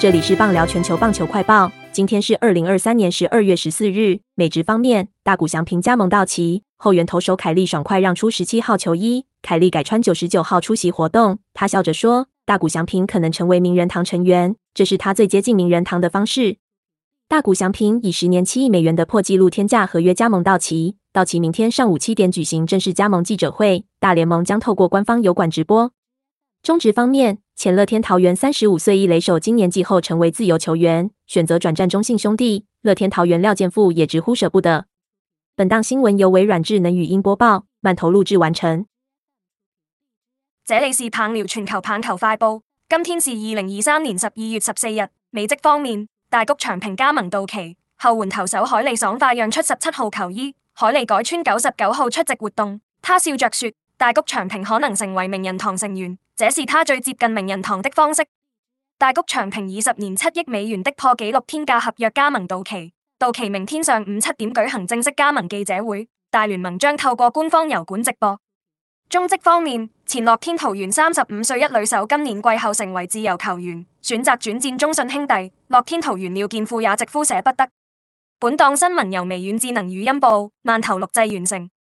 这里是棒聊全球棒球快报，今天是2023年12月14日。美职方面，大谷翔平加盟道奇，后援投手凯利爽快让出17号球衣，凯利改穿99号出席活动。他笑着说，大谷翔平可能成为名人堂成员，这是他最接近名人堂的方式。大谷翔平以10年7亿美元的破纪录天价合约加盟道奇，道奇明天上午7点举行正式加盟记者会，大联盟将透过官方油管直播。中职方面，前乐天桃园35岁一垒手今年季后成为自由球员，选择转战中信兄弟。乐天桃园廖健富也直呼舍不得。本档新闻由微软智能语音播报，慢投錄製完成。 這裡是棒聊全球棒球快報，今天是2023年12月14日。美職方面，大谷翔平加盟道奇，後援投手海利爽快讓出17號球衣，海利改穿99號出席活動。他笑着說，大谷翔平可能成為名人堂成員，這是他最接近名人堂的方式。大谷翔平以10年7億美元的破紀錄天價合約加盟道奇，道奇明天上午7點舉行正式加盟記者會，大聯盟將透過官方油管直播。中職方面，前樂天桃園35歲一壘手今年季後成為自由球員，選擇轉戰中信兄弟。樂天桃園廖健富也直呼捨不得。本檔新聞由微軟智能語音報，慢投錄製完成。